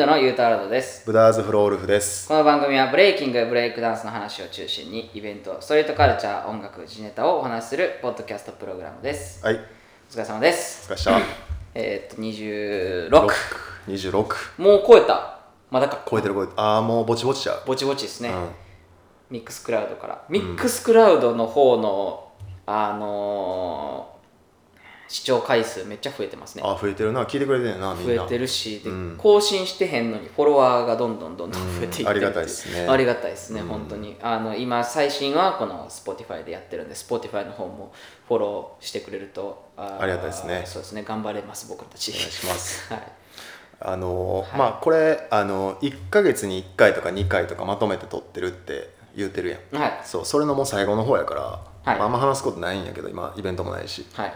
のユータラドです。 ブダーズフロールフです。 この番組はブレイキング、ブレイクダンスの話を中心にイベント、ストリートカルチャー、音楽、時ネタをお話しするポッドキャストプログラムです。 はい。 お疲れ様です。 お疲れ様。 26。もう超えた。まだか。 超えてる。もうぼちぼちちゃう。 ぼちぼちですね。ミックスクラウドから。ミックスクラウドの方の、視聴回数めっちゃ増えてますね。 増えてるな。聞いてくれてるな、みんな。 増えてるし、で更新してへんのにフォロワーがどんどん増えていってる。 ありがたいですね。 ありがたいですね、本当に。今最新はこの Spotify でやってるんで、Spotify の方もフォローしてくれるとありがたいですね。 そうですね、頑張れます僕たち。 お願いします。 はい。 これ1ヶ月に1回とか2回とかまとめて撮ってるって言うてるやん。 はい。 そう、それのもう最後の方やから、 はい、 あんま話すことないんやけど、今イベントもないし。 はい。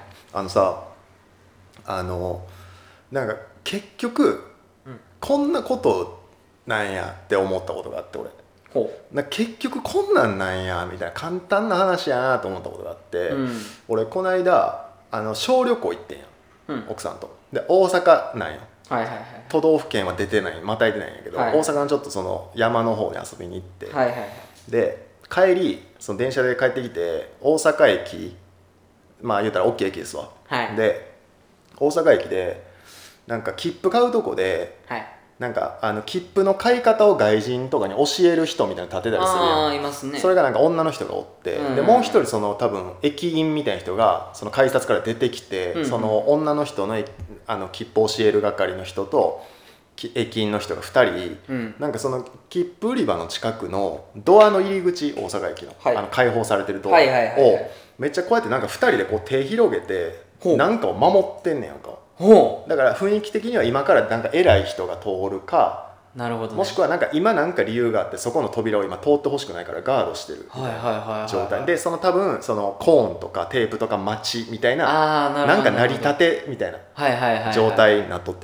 なんか結局、こんなことなんやって思ったことがあって、俺結局こんなんなんやみたいな、簡単な話やなと思ったことがあって、俺この間小旅行行ってんやん、奥さんと。で大阪なんや、都道府県は出てない、またいでないんやけど、大阪のちょっとその山の方に遊びに行って、で帰りその電車で帰ってきて、大阪駅、まあ言うたら大きい駅ですわ、で大阪駅でなんか切符買うとこで、なんか切符の買い方を外人とかに教える人みたいなの立てたりするやん。 いますね。 それがなんか女の人がおって、でもう一人その多分駅員みたいな人がその改札から出てきて、その女の人の切符を教える係の人と駅員の人が2人、なんかその切符売り場の近くのドアの入り口、大阪駅の、開放されてるドアをめっちゃこうやってなんか2人でこう手広げてなんかを守ってんねやんか。だから雰囲気的には今からなんか偉い人が通るか、 なるほど、 もしくはなんか今なんか理由があってそこの扉を今通ってほしくないからガードしてるみたいな状態で、その多分そのコーンとかテープとかマチみたいな、なんか成り立てみたいな状態になっとって、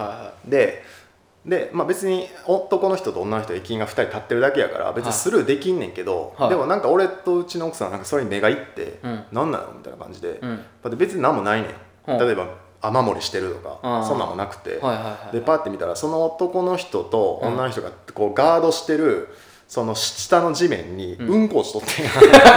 でまあ別に男の人と女の人駅員が2人立ってるだけやから別にスルーできんねんけど、でもなんか俺とうちの奥さんなんかそれに目がいって、なんなのみたいな感じで、別に何もないねん。例えば雨漏りしてるとかそんなんもなくて、でパッて見たらその男の人と女の人がこうガードしてるその下の地面にうんこをしとって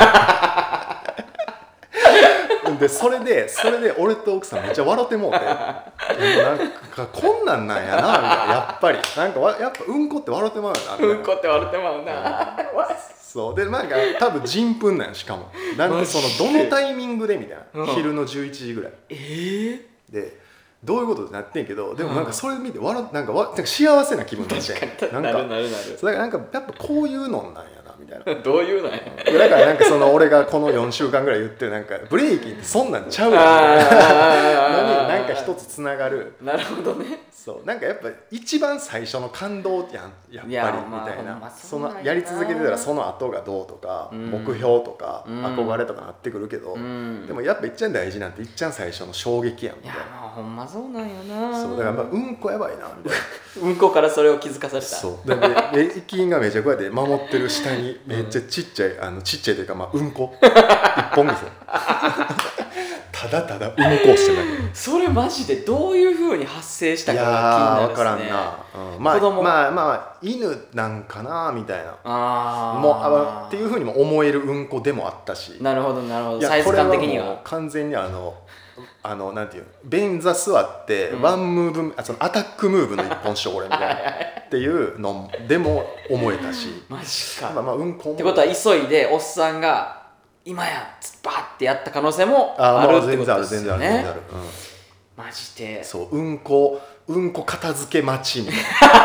んでそれで俺と奥さんめっちゃ笑ってもうて、なんかこんなんなんやなみたいな、やっぱりなんかやっぱうんこって笑ってまうよなみたいな。 うんこって笑ってまうなそうで、なんか多分人糞なんよ。しかもなんかそのどのタイミングでみたいな、昼の11時ぐらいでどういうことってなってんけど、でもなんかそれ見てなんか幸せな気分になってなるそれなんかやっぱこういうのなんやなみたいな。 どういうのやだからなんかその俺がこの4週間ぐらい言ってるなんかブレイキンってそんなんちゃうやんのになんか一つつながる。 なるほどね。 そうなんかやっぱ一番最初の感動やっぱりみたいな、そのやり続けてたらその後がどうとか、目標とか、憧れとかなってくるけど、でもやっぱいっちゃん大事なんていっちゃん最初の衝撃やんみたいな。 いやまあほんまそうなんよな。 そうだからうんこやばいなみたいなうんこからそれを気づかされた。 そうで駅員がめちゃこうやって守ってる下にめっちゃちっちゃいちっちゃいというかまあうんこ一本ですよただただうんこしてるだけ。 それマジでどういう風に発生したかが気になるですね。 分からんな、まあ犬なんかなみたいな、っていう風にも思えるうんこでもあったし。 なるほどなるほど。サイズ感的にはもう完全になんていう便座座ってワンムーブ、そのアタックムーブの一本しよう俺みたいなっていうのでも思えたしマジか。 うんこってことは急いでおっさんが今やバーってやった可能性もあるってことですよね。 全然ある、 マジで。 そううんこ片付け待ちみたいな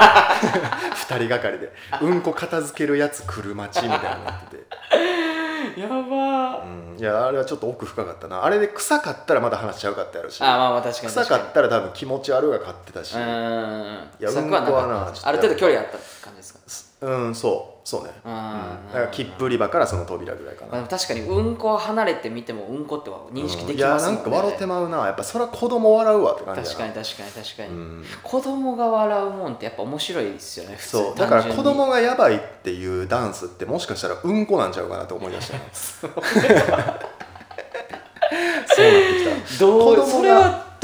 2人がかりでうんこ片付けるやつ来る待ちみたいになっててやばいやあれはちょっと奥深かったな。あれで臭かったらまだ話しちゃうかったやろし、 まあ確かに臭かったら多分気持ち悪が勝ってたし、いやうんこはなある程度距離あった感じですか。 そうね。だから切符売り場からその扉ぐらいかな。 でも確かにうんこ離れてみてもうんこっては認識できますもんね。 いやなんか笑ってまうな。やっぱそれは子供笑うわって感じだな。 確かに子供が笑うもんってやっぱ面白いですよね。普通そうだから子供がやばいっていうダンスってもしかしたらうんこなんちゃうかなと思い出したそうなってきた。 それは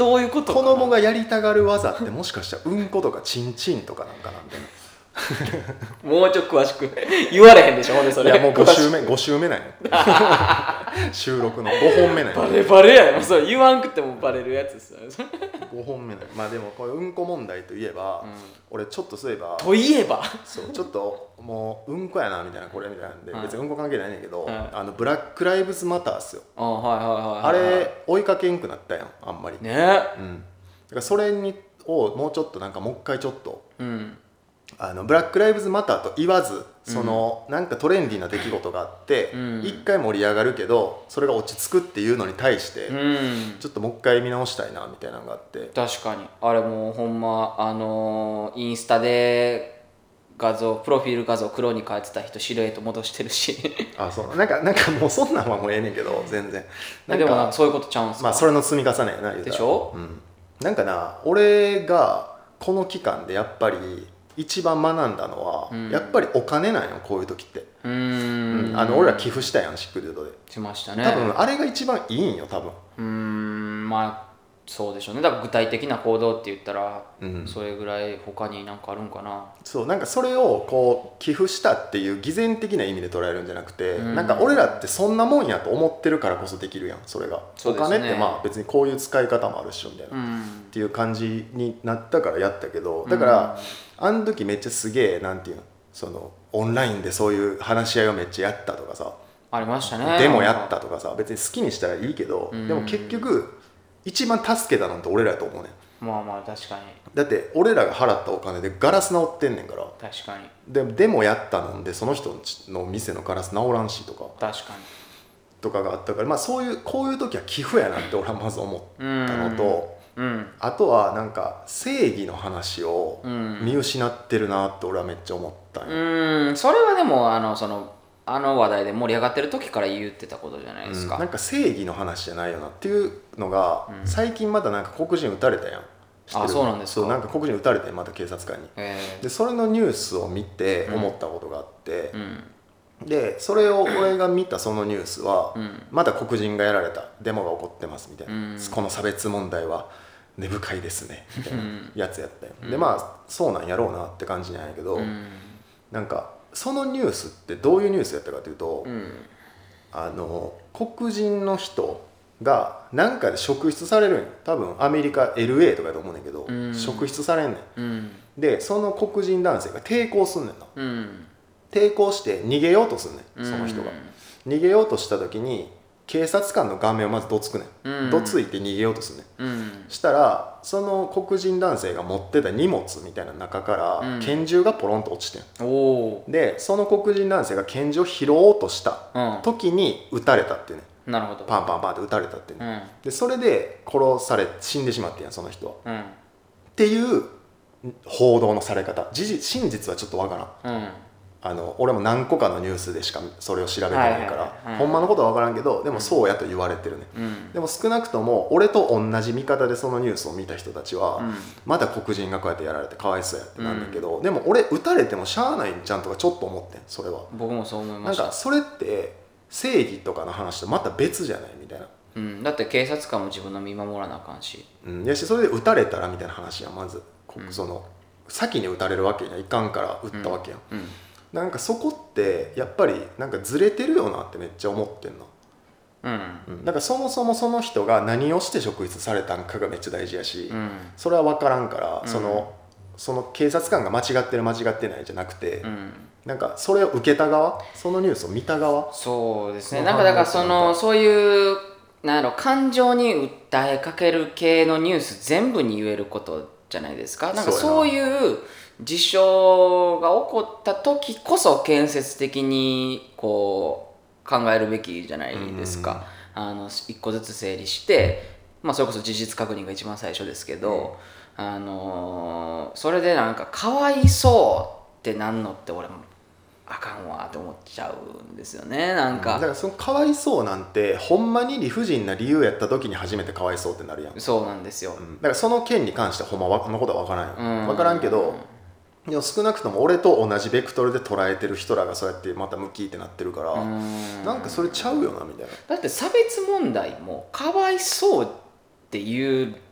どういうこと子供がやりたがる技ってもしかしたらうんことかチンチンとかなんかなみたいなもうちょっと詳しく言われへんでしょほんでそれ。 いやもう5週目なんよ収録の5本目なんよバレバレやねん。それ言わんくてもバレるやつですよ 5本目なんよ。まあでもこれうんこ問題といえば、俺ちょっとそういえばといえばそうちょっともううんこやなみたいなこれみたいなんで、別にうんこ関係ないねんけど、 はいブラックライブズマターっすよ。 あれ追いかけんくなったやんあんまりね。 だからそれをもうちょっとなんかもう一回ちょっとブラックライブズマターと言わずなんかトレンディーな出来事があって一回盛り上がるけどそれが落ち着くっていうのに対してちょっともう一回見直したいなみたいなのがあって。 確かにあれもうほんまインスタでプロフィール画像黒に変えてた人シルエット戻してるしあそうなんかもうそんなんはもうええねんけど全然でもなんかそういうことちゃうんすか。 まあそれの積み重ねやな言うたらでしょ、 なんかな俺がこの期間でやっぱり一番学んだのは、やっぱりお金なんよこういう時って。俺ら寄付したやんシックデュードでしましたね。 多分あれが一番いいんよ多分。まあそうでしょうね。だから具体的な行動って言ったら、それぐらい他になんかあるんかな。 そうなんかそれをこう寄付したっていう偽善的な意味で捉えるんじゃなくて、なんか俺らってそんなもんやと思ってるからこそできるやんそれが。お金ってまあ別にこういう使い方もあるっしょみたいな、っていう感じになったからやったけど、だからあの時めっちゃすげえなんていうのオンラインでそういう話し合いをめっちゃやったとかさありましたね。 デモやったとかさ別に好きにしたらいいけど、でも結局一番助けたのって俺らやと思うねん。 まあまあ確かに。 だって俺らが払ったお金でガラス直ってんねんから。 確かに。 でもやったのでその人の店のガラス直らんしとか確かにとかがあったから、まあこういう時は寄付やなって俺はまず思ったのと、あとはなんか正義の話を見失ってるなって俺はめっちゃ思ったんよ。 それはでもあの話題で盛り上がってる時から言ってたことじゃないですか。 なんか正義の話じゃないよなっていうのが、最近またなんか黒人撃たれたやん。 あ、そうなんですか。 そうなんか黒人撃たれてまた警察官に、でそれのニュースを見て思ったことがあって、でそれを俺が見たそのニュースは、まだ黒人がやられたデモが起こってますみたいな、この差別問題は根深いですねみたいなやつやったよ、でまあそうなんやろうなって感じなんやけど、なんかそのニュースってどういうニュースやったかというと、黒人の人がなんかで職質されるんよ。多分アメリカ LA とかやと思うねんけど、職質されんねん、でその黒人男性が抵抗すんねんな、抵抗して逃げようとすんねん。その人が逃げようとした時に警察官の顔面をまずどつくねん、どついて逃げようとすんねん、したらその黒人男性が持ってた荷物みたいな中から拳銃がポロンと落ちてん、でその黒人男性が拳銃を拾おうとした時に撃たれたっていうね、 なるほど。 パンパンパンって撃たれたっていうね、でそれで殺され死んでしまってんやその人は、っていう報道のされ方、真実はちょっとわからん、俺も何個かのニュースでしかそれを調べてないから、ほんまのことは分からんけど、でもそうやと言われてるね、でも少なくとも俺と同じ見方でそのニュースを見た人たちは、まだ黒人がこうやってやられてかわいそうやってなんだけど、でも俺撃たれてもしゃあないんちゃんとかちょっと思ってん。それは僕もそう思いました。 なんかそれって正義とかの話とまた別じゃないみたいな、 だって警察官も自分の見守らなあかんし、 やしそれで撃たれたらみたいな話やまず、その先に撃たれるわけにはいかんから撃ったわけやん、なんかそこってやっぱりなんかずれてるよなってめっちゃ思ってんの。だからそもそもその人が何をして職質されたんかがめっちゃ大事やし、それは分からんから、その警察官が間違ってる間違ってないじゃなくて、なんかそれを受けた側、そのニュースを見た側、 そうですね。なんかだからそういうなんやろ感情に訴えかける系のニュース全部に言えることじゃないですか。なんかそういう事象が起こった時こそ建設的にこう考えるべきじゃないですか。一個ずつ整理して、それこそ事実確認が一番最初ですけど、それでなんかかわいそうってなんのって俺もあかんわって思っちゃうんですよね。なんか、 だからそのかわいそうなんてほんまに理不尽な理由やった時に初めてかわいそうってなるやん。 そうなんですよ、 だからその件に関してはほんまのことは分からんよ、分からんけど、でも少なくとも俺と同じベクトルで捉えてる人らがそうやってまたムキってなってるから、なんかそれちゃうよなみたいな。 だって差別問題もかわいそうっていう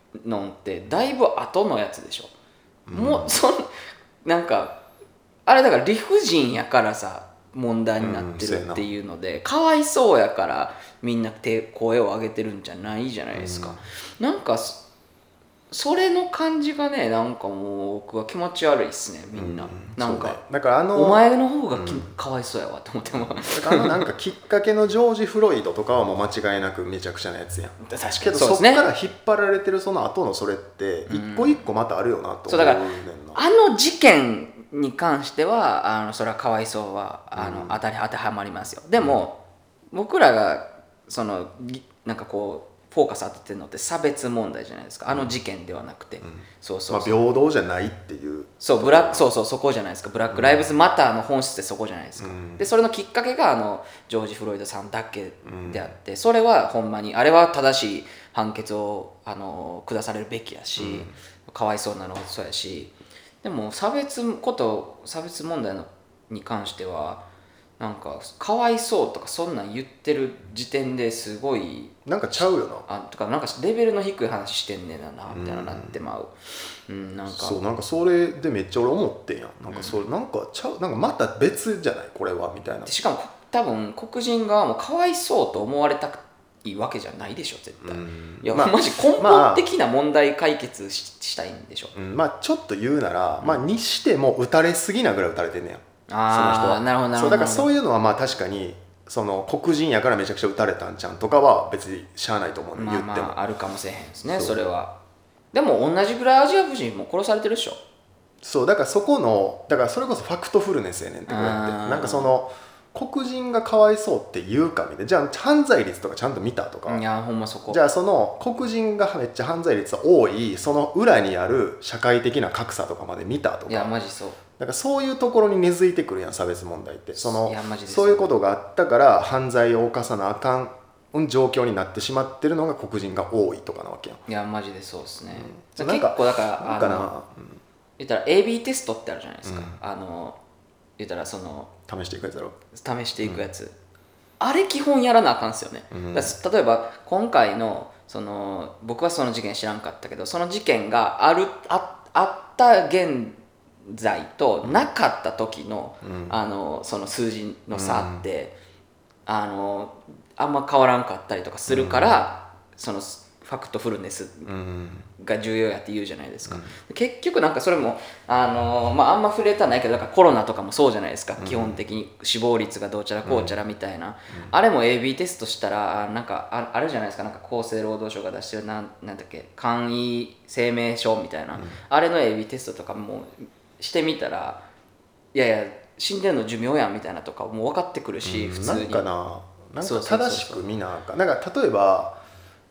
のってだいぶ後のやつでしょ、もうなんかあれだから理不尽やからさ問題になってるっていうので、かわいそうやからみんな声を上げてるんじゃないじゃないですか、なんかそれの感じがね、なんかもう僕は気持ち悪いっすね、みんな。なんか、 だからお前の方がかわいそうやわと思っても。 だからなんかきっかけのジョージ・フロイドとかはもう間違いなくめちゃくちゃなやつやん。 確かにけどそっから引っ張られてるその後のそれって一個一個またあるよなと思うねんな。 そうだからあの事件に関してはそれはかわいそうは当てはまりますよ。でも、僕らがなんかこうフォーカス当ててるのって差別問題じゃないですか、あの事件ではなくて、そうそうそう、 平等じゃないっていう、 そうそこじゃないですか。ブラック・ライブズ・マターの本質ってそこじゃないですか、でそれのきっかけがジョージ・フロイドさんだけであって、それはほんまにあれは正しい判決を下されるべきやし、かわいそうなのもそうやし、でも差別問題に関してはなんかかわいそうとかそんなん言ってる時点ですごいなんかちゃうよな、 とかなんかレベルの低い話してんねんなみたいななってまう、なんかそれでめっちゃ俺思ってんやん、なんかそれなんかちゃう、なんかまた別じゃないこれはみたいな。 しかも多分黒人側もかわいそうと思われたいわけじゃないでしょ絶対、いや、マジ根本的な問題解決したいんでしょ、 ちょっと言うなら、にしても打たれすぎなぐらい打たれてんねやん、その人は。 なるほどそうだからそういうのは確かにその黒人やからめちゃくちゃ打たれたんちゃんとかは別にしゃあないと思うね、言ってもあるかもしれへんですね、それは。でも同じぐらいアジア婦人も殺されてるでしょ。 そうだからそこのだからそれこそファクトフルネスやねんってこれって、なんかその黒人がかわいそうって言うかみたいな、じゃあ犯罪率とかちゃんと見たとか、 いやほんまそこ。 じゃあその黒人がめっちゃ犯罪率多いその裏にある社会的な格差とかまで見たとか、 いやマジそう。 だからそういうところに根付いてくるやん差別問題って。そういうことがあったから犯罪を犯さなあかん状況になってしまってるのが黒人が多いとかなわけやん。 いやマジでそうですね、結なんか構だから言ったら AB テストってあるじゃないですか、言ったらその試していくやつだろ、 試していくやつ、あれ基本やらなあかんすよね、例えば今回の僕はその事件知らんかったけど、その事件があった現在となかった時の、その数字の差って、あんま変わらんかったりとかするから、そのファクトフルネスが重要やって言うじゃないですか、結局なんかそれもあんま触れたないけど、だからコロナとかもそうじゃないですか、基本的に死亡率がどうちゃらこうちゃらみたいな、あれも AB テストしたらなんかあるじゃないですか、なんか厚生労働省が出してるなんだっけ簡易声明書みたいな、あれの AB テストとかもしてみたら、いやいや死んでるの寿命やんみたいなとかもう分かってくるし、普通になんか正しく見なあかん。なんか例えば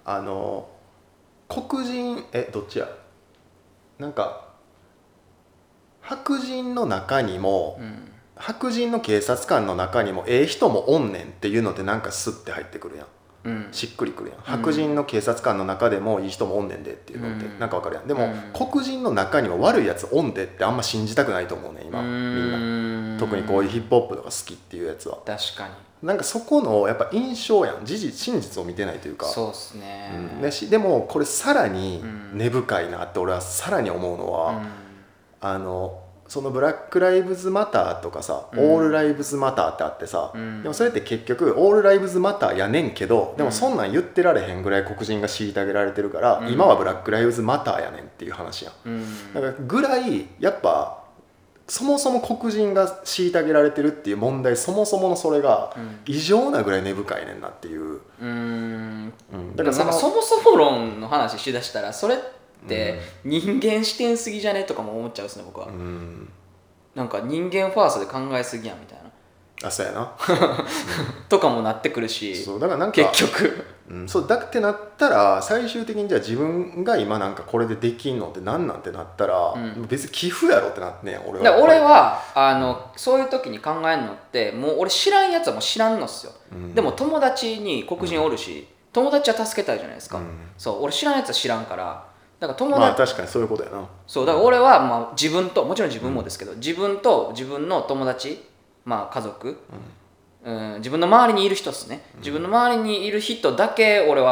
黒人どっちや、なんか白人の中にも、白人の警察官の中にも人もおんねんっていうのってなんかスッて入ってくるやん、しっくりくるやん、白人の警察官の中でもいい人もおんねんでっていうのってなんかわかるやん。でも、黒人の中には悪いやつおんでってあんま信じたくないと思うね今みんな、特にこういうヒップホップとか好きっていうやつは。 確かになんかそこのやっぱ印象やん、真実を見てないというか。 そうっすね、 でもこれさらに根深いなって俺はさらに思うのは、そのブラック・ライブズ・マターとかさ、オール・ライブズ・マターってあってさ、でもそれって結局オール・ライブズ・マターやねんけど、でもそんなん言ってられへんぐらい黒人が虐げられてるから、今はブラック・ライブズ・マターやねんっていう話やん、だからぐらいやっぱそもそも黒人が虐げられてるっていう問題、そもそものそれが異常なぐらい根深いねんなっていう。 だからなんかそもそも論の話しだしたらそれって人間視点すぎじゃねとかも思っちゃうですね僕は。なんか人間ファーストで考えすぎやんみたいな。 そうやなとかもなってくるし、 そうだからなんか結局そうだってなったら最終的にじゃあ自分が今なんかこれでできんのって何なんてなったら、別に寄付やろってなってね俺は。 俺はそういう時に考えるのってもう俺知らんやつはもう知らんのっすよ、でも友達に黒人おるし、友達は助けたいじゃないですか、そう俺知らんやつは知らんから、だから友達確かにそういうことやな。 そうだから俺は自分ともちろん自分もですけど、自分と自分の友達家族、自分の周りにいる人ですね、自分の周りにいる人だけ俺は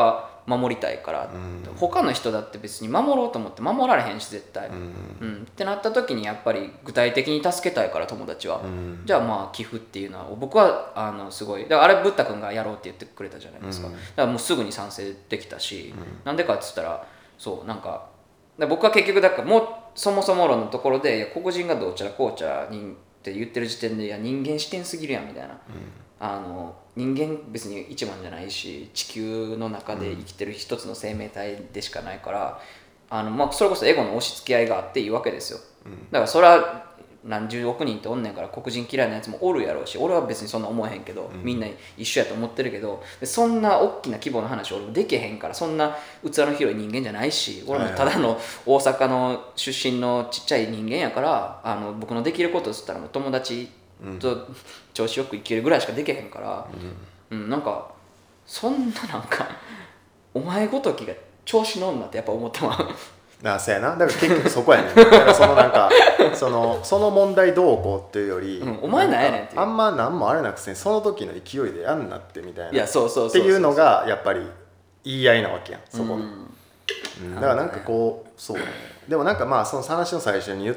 守りたいから、他の人だって別に守ろうと思って守られへんし絶対、ってなった時にやっぱり具体的に助けたいから友達は、じゃあまあ寄付っていうのは僕はすごいだからあれブッダ君がやろうって言ってくれたじゃないですか、だからもうすぐに賛成できたし、なんでかっつったらそうなんか僕は結局だからもうそもそも論のところでいや黒人がどうちゃらこうちゃらにって言ってる時点でいや人間視点すぎるやんみたいな、人間別に一番じゃないし地球の中で生きてる一つの生命体でしかないからそれこそエゴの押し付け合いがあっていいわけですよ、だからそれは何十億人っておんねんから黒人嫌いなやつもおるやろうし俺は別にそんな思えへんけど、みんな一緒やと思ってるけどそんな大きな規模の話俺もできへんからそんな器の広い人間じゃないし俺もただの大阪の出身のちっちゃい人間やから僕のできることっつったらもう友達と調子よく生きるぐらいしかできへんから、なんかそんななんかお前ごときが調子乗んなってやっぱ思ってまうそうやなだから結局そこやねんだからそのなんかその問題どうこうっていうより、 お前なんやねんっていうあんま何もあれなくせにその時の勢いでやんなってみたいな、 いやそうっていうのがやっぱり言い合いなわけやんそこの、だからなんかこうそうねでもなんかまあその話の最初に言った、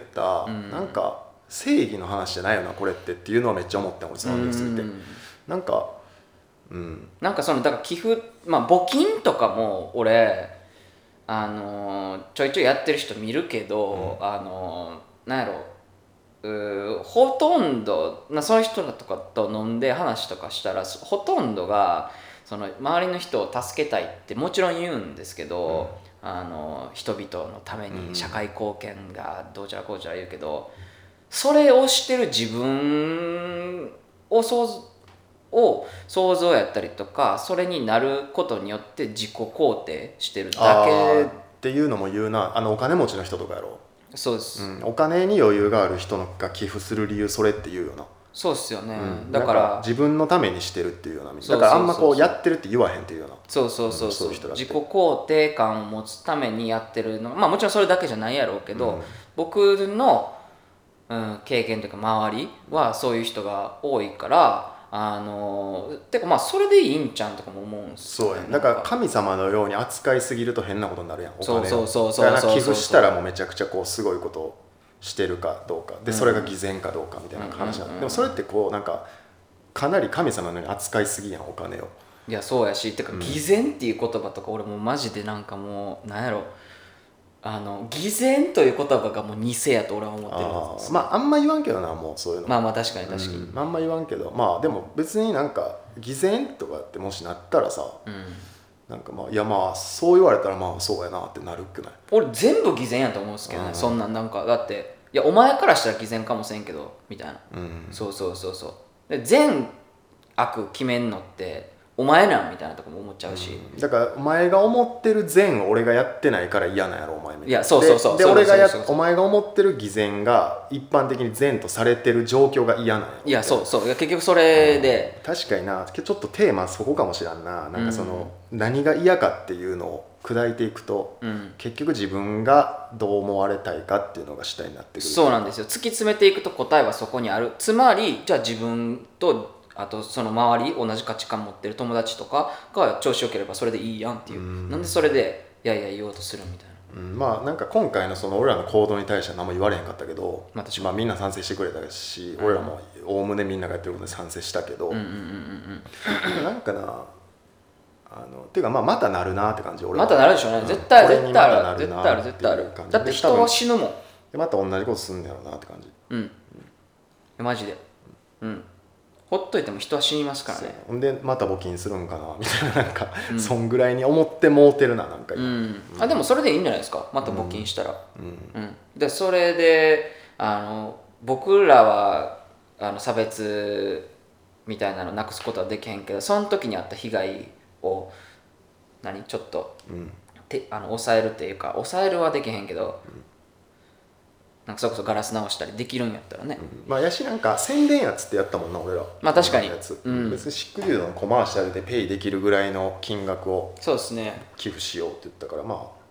なんか正義の話じゃないよなこれってっていうのはめっちゃ思った俺そのニュース見て、なんかなんかだから寄付募金とかも俺ちょいちょいやってる人見るけど、なんやろほとんどそういう人とかと飲んで話とかしたらほとんどがその周りの人を助けたいってもちろん言うんですけど、人々のために社会貢献がどうちゃらこうちゃら言うけどそれをしてる自分を想像やったりとかそれになることによって自己肯定してるだけっていうのも言うなお金持ちの人とかやろそうです、 お金に余裕がある人が寄付する理由それって言うよなそうっすよね、だから自分のためにしてるっていうようなだからあんまこうやってるって言わへんっていうようなそう自己肯定感を持つためにやってるのもちろんそれだけじゃないやろうけど、僕の、経験というか周りはそういう人が多いからてかそれでいいんちゃうんとかも思うんすよね。そうやだから神様のように扱いすぎると変なことになるやんお金をそうだから寄付したらもうめちゃくちゃこうすごいことをしてるかどうかでそれが偽善かどうかみたいな話なんでもそれってこうなんかかなり神様のように扱いすぎやんお金をいやそうやしてか偽善っていう言葉とか俺もマジでなんかもうなんやろ偽善という言葉がもう偽やと俺は思ってるんですあんま言わんけどなもうそういうの確かに、 あんま言わんけどでも別になんか偽善とかってもしなったらさ、なんかいやそう言われたらそうやなってなるくない俺全部偽善やと思うんですけどね、そんなんかだっていやお前からしたら偽善かもしれんけどみたいな、そうで善悪決めんのってお前なんみたいなとこも思っちゃうし、 だからお前が思ってる善を俺がやってないから嫌なんやろお前みたいな。 いやそうでお前が思ってる偽善が一般的に善とされてる状況が嫌なんやろ。 いやそう結局それで、 確かになちょっとテーマそこかもしらんな。なんかその、何が嫌かっていうのを砕いていくと、結局自分がどう思われたいかっていうのが主体になってくる。 そうなんですよ。突き詰めていくと答えはそこにある。つまりじゃあ自分とあとその周り同じ価値観持ってる友達とかが調子よければそれでいいやんっていう、なんでそれでいや言おうとするみたいな、 なんか今回のその俺らの行動に対しては何も言われへんかったけど、みんな賛成してくれたし、俺らもおおむねみんながやってることで賛成したけど、なんかなっていうかまたなるなって感じ。俺はまたなるでしょうね、絶対あるだって人は死ぬもんでまた同じことすんねやろなって感じ。 マジでほっといても人は死にますからね。 ほんでまた募金するんかなみたいな、なんか、そんぐらいに思ってもうてるな、なんか今、 でもそれでいいんじゃないですか、また募金したら。でそれで僕らは差別みたいなのなくすことはできへんけど、その時にあった被害をちょっと、抑えるっていうか、抑えるはできへんけど、なんかそれこそガラス直したりできるんやったらね、 やしなんか宣伝やつってやったもんな俺ら。 確かに別にシックデュードのコマーシャルでペイできるぐらいの金額をそうですね寄付しようって言ったから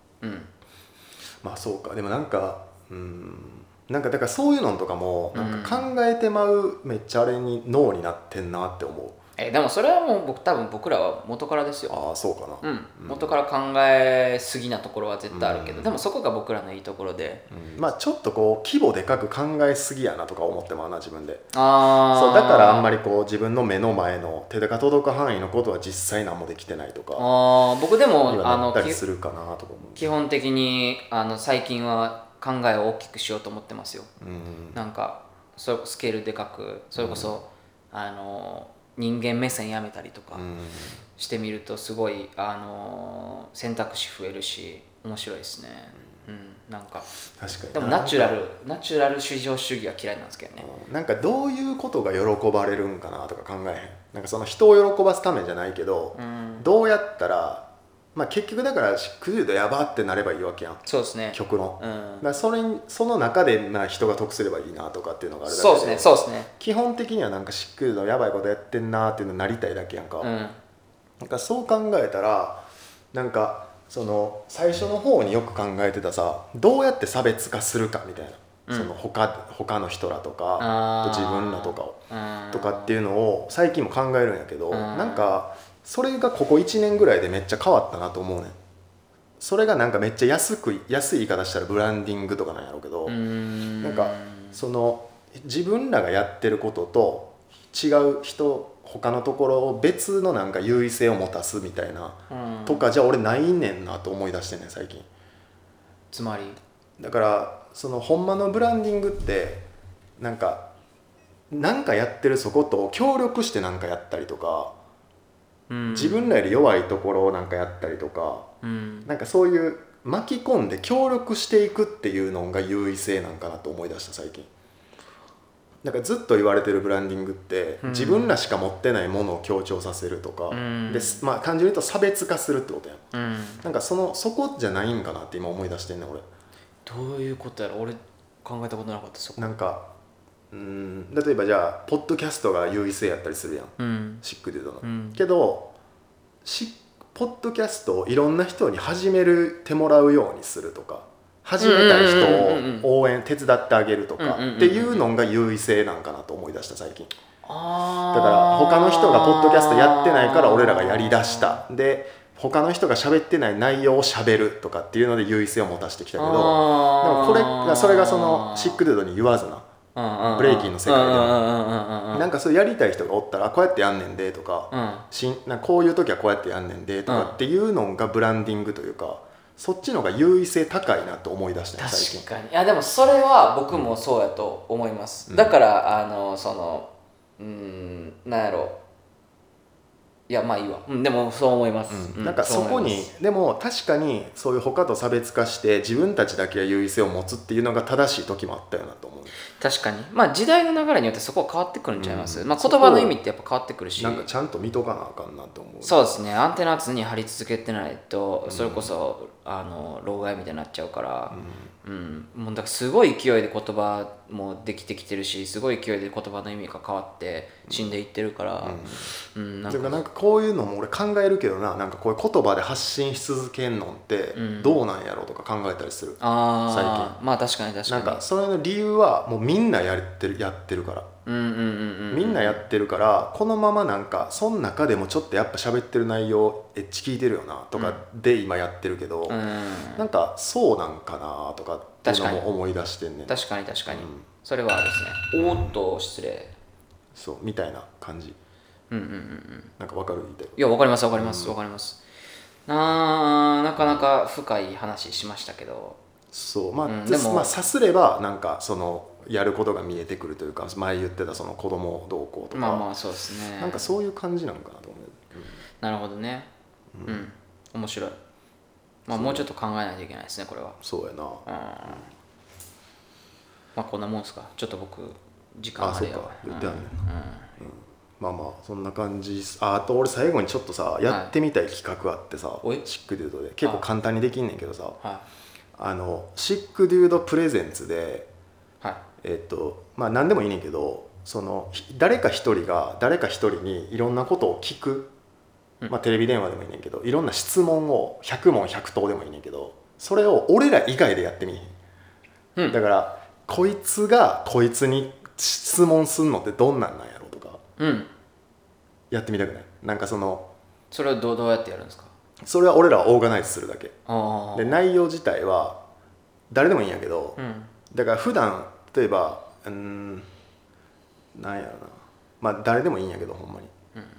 そうか。でもなんかなんかだからそういうのとかもなんか考えてまうめっちゃあれに脳になってんなって思う。 でもそれはもう多分僕らは元からですよ。 ああそうかな、 元から考えすぎなところは絶対あるけど、でもそこが僕らのいいところで、 まあちょっとこう規模でかく考えすぎやなとか思ってもな自分で。 そうだからあんまりこう自分の目の前の手が届く範囲のことは実際何もできてないとか僕でもなったりするかなとか思う。 基本的に最近は考えを大きくしようと思ってますよ。なんかスケールでかく、それこそ、人間目線やめたりとかしてみるとすごい選択肢増えるし面白いですね。なんか確かに。 でもナチュラル至上主義は嫌いなんですけどね。 なんかどういうことが喜ばれるんかなとか考えへん。なんかその人を喜ばすためじゃないけど、どうやったらまあ結局だからシックデュードやばってなればいいわけやん。 そうですね。 曲の、だからその中でまあ人が得すればいいなとかっていうのがあるだけで、そうですね。 基本的にはなんかシックデュードやばいことやってんなっていうのになりたいだけやんか。なんかそう考えたらなんかその最初の方によく考えてたさ、どうやって差別化するかみたいな、その他の人らとか自分らとかをとかっていうのを最近も考えるんやけど、なんかそれがここ1年ぐらいでめっちゃ変わったなと思うねん。それがなんかめっちゃ安い言い方したらブランディングとかなんやろうけど、なんかその自分らがやってることと違う他のところを別のなんか優位性を持たすみたいな、とかじゃ俺ないねんなと思い出してんねん最近。 つまりだからそのほんまのブランディングってなんかやってるそこと協力してなんかやったりとか、自分らより弱いところをなんかやったりとか、なんかそういう巻き込んで協力していくっていうのが優位性なんかなと思い出した最近。なんかずっと言われてるブランディングって、自分らしか持ってないものを強調させるとか、でまあ単純に言うと差別化するってことやん。なんかそこじゃないんかなって今思い出してんねん俺。 どういうことやろ、俺考えたことなかった。そこなんか例えばじゃあポッドキャストが優位性やったりするやん、シックデュードの、けどポッドキャストをいろんな人に始めてもらうようにするとか、始めたい人を応援手伝ってあげるとかっていうのが優位性なんかなと思い出した最近。だから他の人がポッドキャストやってないから俺らがやりだした。で他の人が喋ってない内容を喋るとかっていうので優位性を持たせてきたけど、でもそれがそのシックデュードに言わずなブレイキンの世界ではなんかそうやりたい人がおったらこうやってやんねんでとか、なんかこういう時はこうやってやんねんでとかっていうのがブランディングというか、そっちの方が優位性高いなと思い出したね最近。 確かに。いやでもそれは僕もそうやと思います、だからなんやろ、いやまあいいわ、でもそう思います、 なんかそこにでも確かにそういう他と差別化して自分たちだけが優位性を持つっていうのが正しい時もあったよなと思う。 確かに、まあ時代の流れによってそこは変わってくるんちゃいます、まあ言葉の意味ってやっぱ変わってくるし、 なんかちゃんと見とかなあかんなと思う。 そうですね、アンテナ常に張り続けてないとそれこそ老害みたいになっちゃうから、もうだからすごい勢いで言葉もできてきてるし、すごい勢いで言葉の意味が変わって死んでいってるから、 なんかこういうのも俺考えるけどな、なんかこういう言葉で発信し続けんのってどうなんやろうとか考えたりする、最近。 まあ確かに確かに。 なんかそれの理由はもうみんなやってるから、みんなやってるから、このままなんかその中でもちょっとやっぱ喋ってる内容エッチ聞いてるよなとかで今やってるけど、なんかそうなんかなとかっていうのも思い出してんねん。 確かに、それはあれですね。おーっと失礼、 そうみたいな感じ。なんか分かるみたいな。 いや分かります分かります分かります。なかなか深い話しましたけど、 そうまあ、でもまあさすればなんかそのやることが見えてくるというか、前言ってたその子供どうこうとか、 まあそうですね、 なんかそういう感じなのかなと思う。 なるほどね。面白い。まあもうちょっと考えないといけないですねこれは。 そうやな。 まあこんなもんですか。ちょっと僕時間あれやわ。 言ってあるね。まあまあそんな感じ。あと俺最後にちょっとさやってみたい企画あってさ、シックデュードで結構簡単にできんねんけどさ、シックデュードプレゼンツで、まあ何でもいいねんけど、その誰か一人が誰か一人にいろんなことを聞く、まあテレビ電話でもいいねんけど、いろんな質問を100問100答でもいいねんけど、それを俺ら以外でやってみへん。だからこいつがこいつに質問すんのってどんなんなんやろとか、 やってみたくない？なんかそれをどうやってやるんですか？ それは俺らはオーガナイズするだけで、 あ内容自体は誰でもいいんやけど、だから普段例えばなんやろな、まあ誰でもいいんやけどほんまに、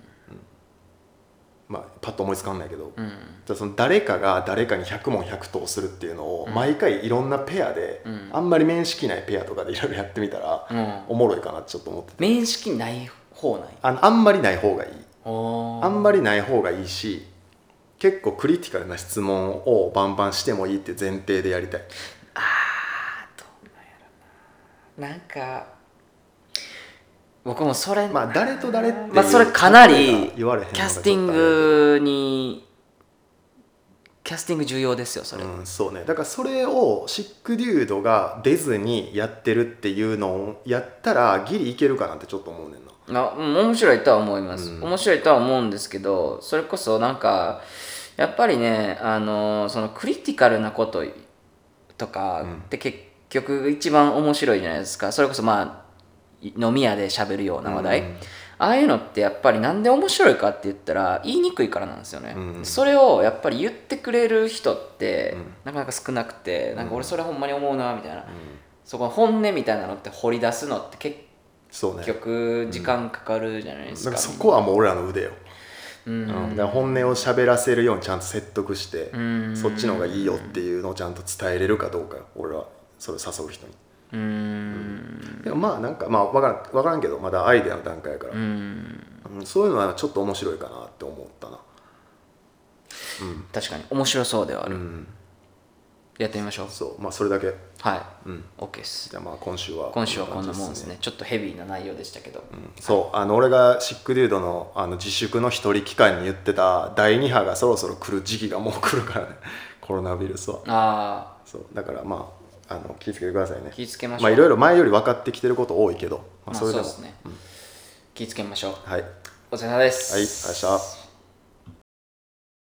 まあパッと思いつかんないけど、じゃあその誰かが誰かに100問100答するっていうのを毎回いろんなペアで、あんまり面識ないペアとかでいろいろやってみたら、おもろいかなってちょっと思ってて。 面識ない方ない？ あんまりない方がいい。あんまりない方がいいし、結構クリティカルな質問をバンバンしてもいいって前提でやりたい。 どうなんやろな。なんか僕もそれ、 まあ誰と誰っていう、 まあそれかなりキャスティング重要ですよそれ。 そうね。だからそれをシックデュードが出ずにやってるっていうのをやったらギリいけるかなってちょっと思うねんな。 面白いとは思います、面白いとは思うんですけど、それこそなんかやっぱりね、そのクリティカルなこととかって結局一番面白いじゃないですか。それこそまあ飲み屋で喋るような話題、ああいうのってやっぱりなんで面白いかって言ったら言いにくいからなんですよね、それをやっぱり言ってくれる人ってなかなか少なくて、なんか俺それほんまに思うなみたいな、そこの本音みたいなのって掘り出すのって結局時間かかるじゃないですか、 だからそこはもう俺らの腕よ。だから本音を喋らせるようにちゃんと説得して、そっちの方がいいよっていうのをちゃんと伝えれるかどうか、俺はそれを誘う人に。でもまあなんかまあ分からんけどまだアイデアの段階やから、そういうのはちょっと面白いかなって思ったな。 確かに面白そうではある、やってみましょう。 そうまあそれだけ。 はい、OK です。 じゃあまあ今週はこんなもんですね。ちょっとヘビーな内容でしたけど、 そう俺がシックデュードの自粛の一人期間に言ってた第2波がそろそろ来る時期がもう来るからねコロナウイルスは。そうだからまあ気をつけてくださいね。 気をつけましょう。 まあいろいろ前より分かってきてること多いけど、それでもそうですね、気をつけましょう。 はい、 お疲れ様です。 はい、ありがとうございました。